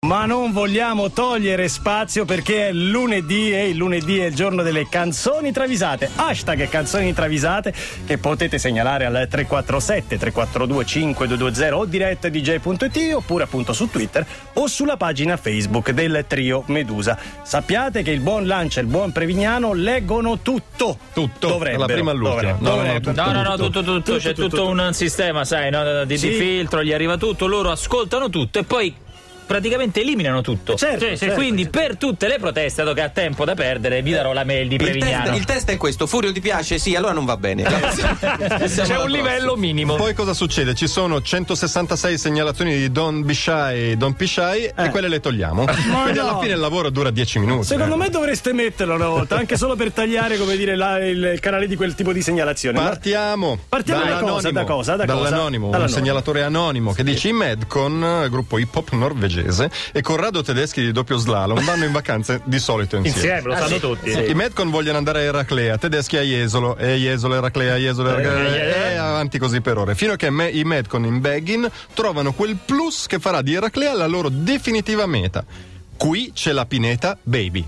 Ma non vogliamo togliere spazio perché è lunedì e il lunedì è il giorno delle canzoni travisate. Hashtag canzoni travisate che potete segnalare al 347 342 5220 o diretta dj.it oppure appunto su Twitter o sulla pagina Facebook del trio Medusa. Sappiate che il buon Lancia e il buon Prevignano leggono tutto. Dovrebbero. Dalla prima all'ultima. Tutto. C'è tutto un sistema, sai, no? Di filtro, gli arriva tutto, loro ascoltano tutto e poi praticamente eliminano tutto. Certo. Quindi per tutte le proteste, dato che ha tempo da perdere, vi darò la mail di Prevignano. Il test è questo: Furio ti piace? Sì, allora non va bene. C'è un livello minimo. Poi cosa succede? Ci sono 166 segnalazioni di Don't Be Shy e quelle le togliamo. Quindi alla fine il lavoro dura 10 minuti. Secondo me dovreste metterlo una volta, anche solo per tagliare, come dire, il canale di quel tipo di segnalazione. Partiamo dall'anonimo, un segnalatore anonimo che dice: i Medcon, gruppo hip hop norvegese, e Corrado Tedeschi di doppio slalom vanno in vacanze di solito insieme. Lo sanno tutti. I Medcon vogliono andare a Eraclea, Tedeschi a Jesolo, e Jesolo, Eraclea, e avanti così per ore, fino a che i Medcon in Begin trovano quel plus che farà di Eraclea la loro definitiva meta. Qui c'è la pineta, baby.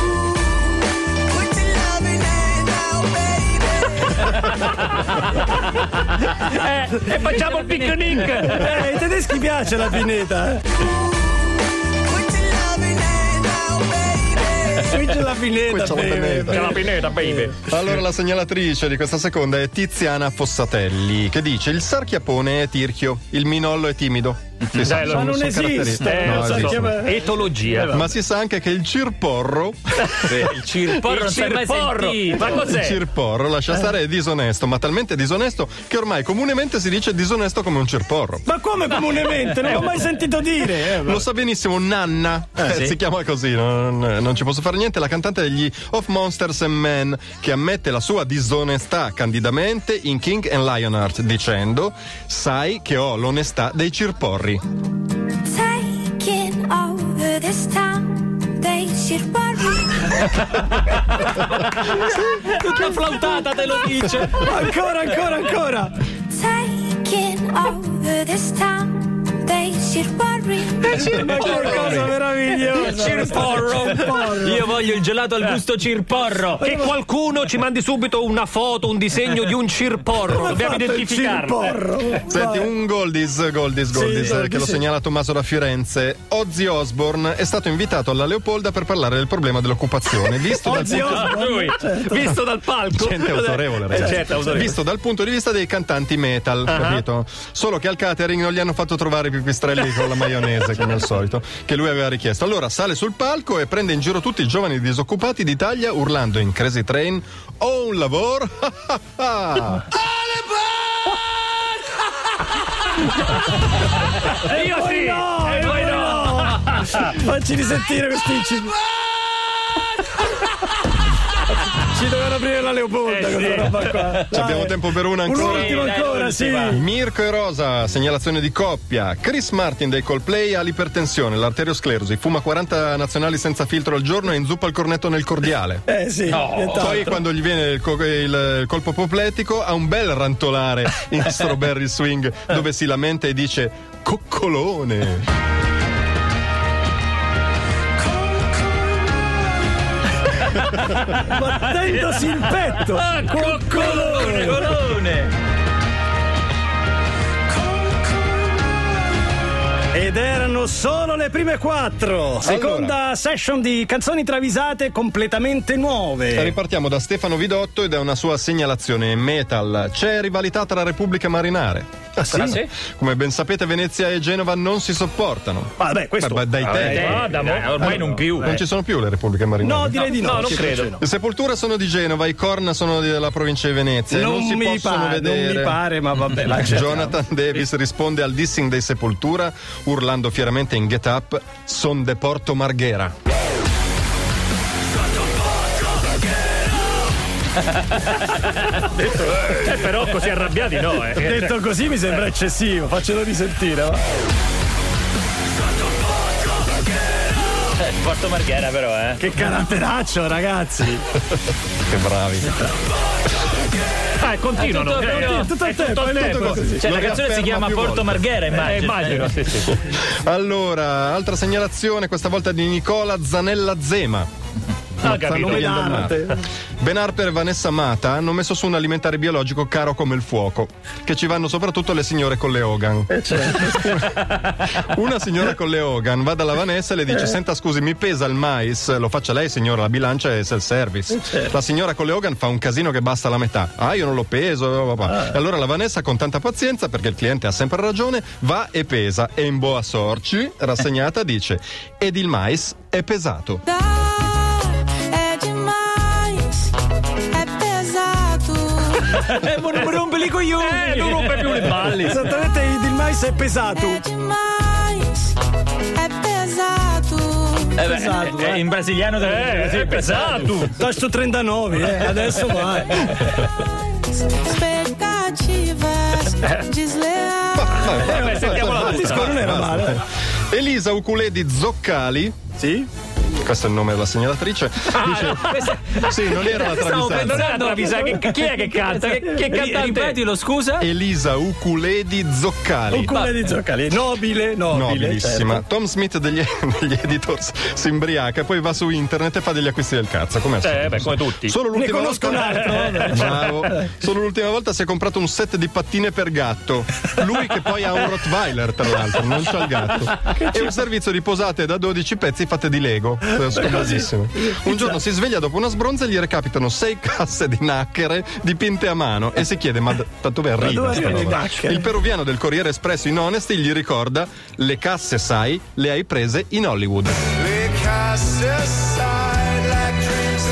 E facciamo il picnic. Ai tedeschi piace la pineta. Qui c'è la pineta, baby. Allora la segnalatrice di questa seconda è Tiziana Fossatelli, che dice: il sarchiapone è tirchio, il minollo è timido. Ma non esiste. Etologia. Ma si sa anche che il cirporro il cirporro non si è mai sentito. Ma cos'è? Il cirporro, lascia stare, è disonesto, ma talmente disonesto che ormai comunemente si dice disonesto come un cirporro. Ma come comunemente? Non l'ho mai sentito dire. Lo sa benissimo Nanna, si chiama così, non ci posso fare niente, la cantante degli Of Monsters and Men, che ammette la sua disonestà candidamente in King and Lionheart dicendo: sai che ho l'onestà dei cirporri. Taking over this town, dei cirporri. Tutta flautata te lo dice. Ancora. Taking over this town, dei cirporri. Ma che cosa meravigliosa. Cirporro. Io voglio il gelato al gusto cirporro. Che qualcuno ci mandi subito una foto, un disegno di un cirporro. Dobbiamo identificarlo. Senti, un Goldies che lo segnala Tommaso da Firenze. Ozzy Osbourne è stato invitato alla Leopolda per parlare del problema dell'occupazione, visto Visto dal palco. Gente autorevole, ragazzi. Visto dal punto di vista dei cantanti metal, capito? Solo che al catering non gli hanno fatto trovare i pipistrelli con la maionese, come al solito, che lui aveva richiesto. Allora sale sul palco e prende in giro tutti i giovani disoccupati d'Italia urlando in Crazy Train: ho un lavoro. E io sì. E voi no. Facci risentire questi incipit. Ci dovevano aprire la Leopolda questa roba qua. Abbiamo tempo per una ancora. Un'ultima ancora, sì. Mirko e Rosa, segnalazione di coppia. Chris Martin dei Coldplay ha l'ipertensione, l'arteriosclerosi, fuma 40 nazionali senza filtro al giorno e inzuppa il cornetto nel cordiale. Sì. Poi quando gli viene il colpo apopletico ha un bel rantolare in Strawberry Swing dove si lamenta e dice: coccolone. Battendosi il petto. Coccolone. Ed erano solo le prime 4. Seconda session di canzoni travisate completamente nuove. Ripartiamo da Stefano Vidotto e da una sua segnalazione metal. C'è rivalità tra Repubbliche Marinare. Sì? Come ben sapete, Venezia e Genova non si sopportano. Vabbè, questo dai tempi. Ormai non più. Non ci sono più le Repubbliche Marinare. No, direi di no. Non credo. Le Sepoltura sono di Genova, i Korn sono della provincia di Venezia. Non si possono vedere. Non mi pare, ma vabbè. Jonathan Davis risponde al dissing dei Sepoltura urlando fieramente in Get Up: son de Porto Marghera. Però così arrabbiati no. Detto così mi sembra eccessivo. Faccelo risentire, va. Porto Marghera però, Che caratteraccio, ragazzi. Che bravi. Continuano. Tutto il tempo. Cioè, la canzone si chiama Porto Marghera, immagino. Sì. Allora, altra segnalazione, questa volta di Nicola Zanella Zema. Capito. Ben Harper e Vanessa Mata hanno messo su un alimentare biologico caro come il fuoco, che ci vanno soprattutto le signore con le Hogan. Una signora con le Hogan va dalla Vanessa e le dice: senta, scusi, mi pesa il mais? Lo faccia lei, signora, la bilancia è self-service. La signora con le Hogan fa un casino che basta la metà. Io non lo peso. E allora la Vanessa, con tanta pazienza, perché il cliente ha sempre ragione, va e pesa, e in boa sorci, rassegnata, dice: ed il mais è pesato. Non rompe i coglioni. Non rompe più le balle. Esattamente, il mais è pesato. In brasiliano è pesato. Tasto 39, adesso vai. Sentiamo la disco, non era male. Elisa Ukuledi Zoccali. Sì? Questo è il nome della segnalatrice. Dice, sì, non era la Travisata. Non era la Travisata. Chi è che canta? Che cantante? Ripetilo, scusa. Elisa Ukuledi Zoccali. Ukuledi Zoccali. Nobilissima. Certo. Tom Smith degli editors si imbriaca e poi va su internet e fa degli acquisti del cazzo. Come tutti. Solo Ne l'ultima conosco un volta. altro. Bravo. Solo l'ultima volta si è comprato un set di pattine per gatto. Lui che poi ha un Rottweiler, tra l'altro, non c'ha il gatto. E un servizio di posate da 12 pezzi fatte di Lego. Scomodissimo. Un giorno si sveglia dopo una sbronza e gli recapitano 6 casse di nacchere dipinte a mano e si chiede: ma da dove arriva sta roba? Il peruviano del Corriere Espresso in Honesty gli ricorda: le casse, sai, le hai prese in Hollywood. Le casse, sai, like dreams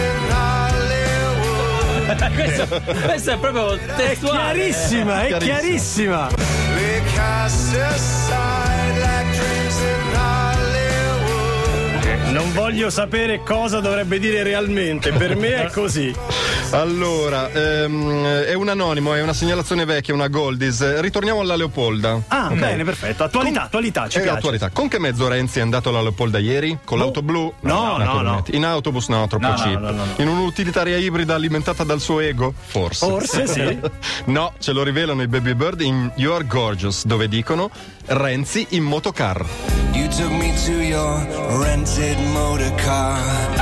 in Hollywood. Questo è proprio testuale. È chiarissima. Le casse, sai, like dreams in Hollywood. Non voglio sapere cosa dovrebbe dire realmente, per me è così. Allora, è un anonimo, è una segnalazione vecchia, una Goldies. Ritorniamo alla Leopolda. Okay. Bene, perfetto. Attualità, ci piace. Attualità. Con che mezzo Renzi è andato alla Leopolda ieri? Con l'auto blu? No. In autobus no, troppo cheap. No. In un'utilitaria ibrida alimentata dal suo ego? Forse sì. No, ce lo rivelano i Baby Bird in You Are Gorgeous, dove dicono: Renzi in motocar. You took me to your rented motor car.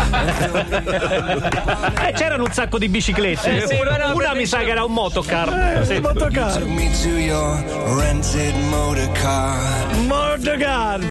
C'erano un sacco di biciclette. Una mi sa che era un motocar. Sì. Motocar. You took me to your rented motor car. Motocar.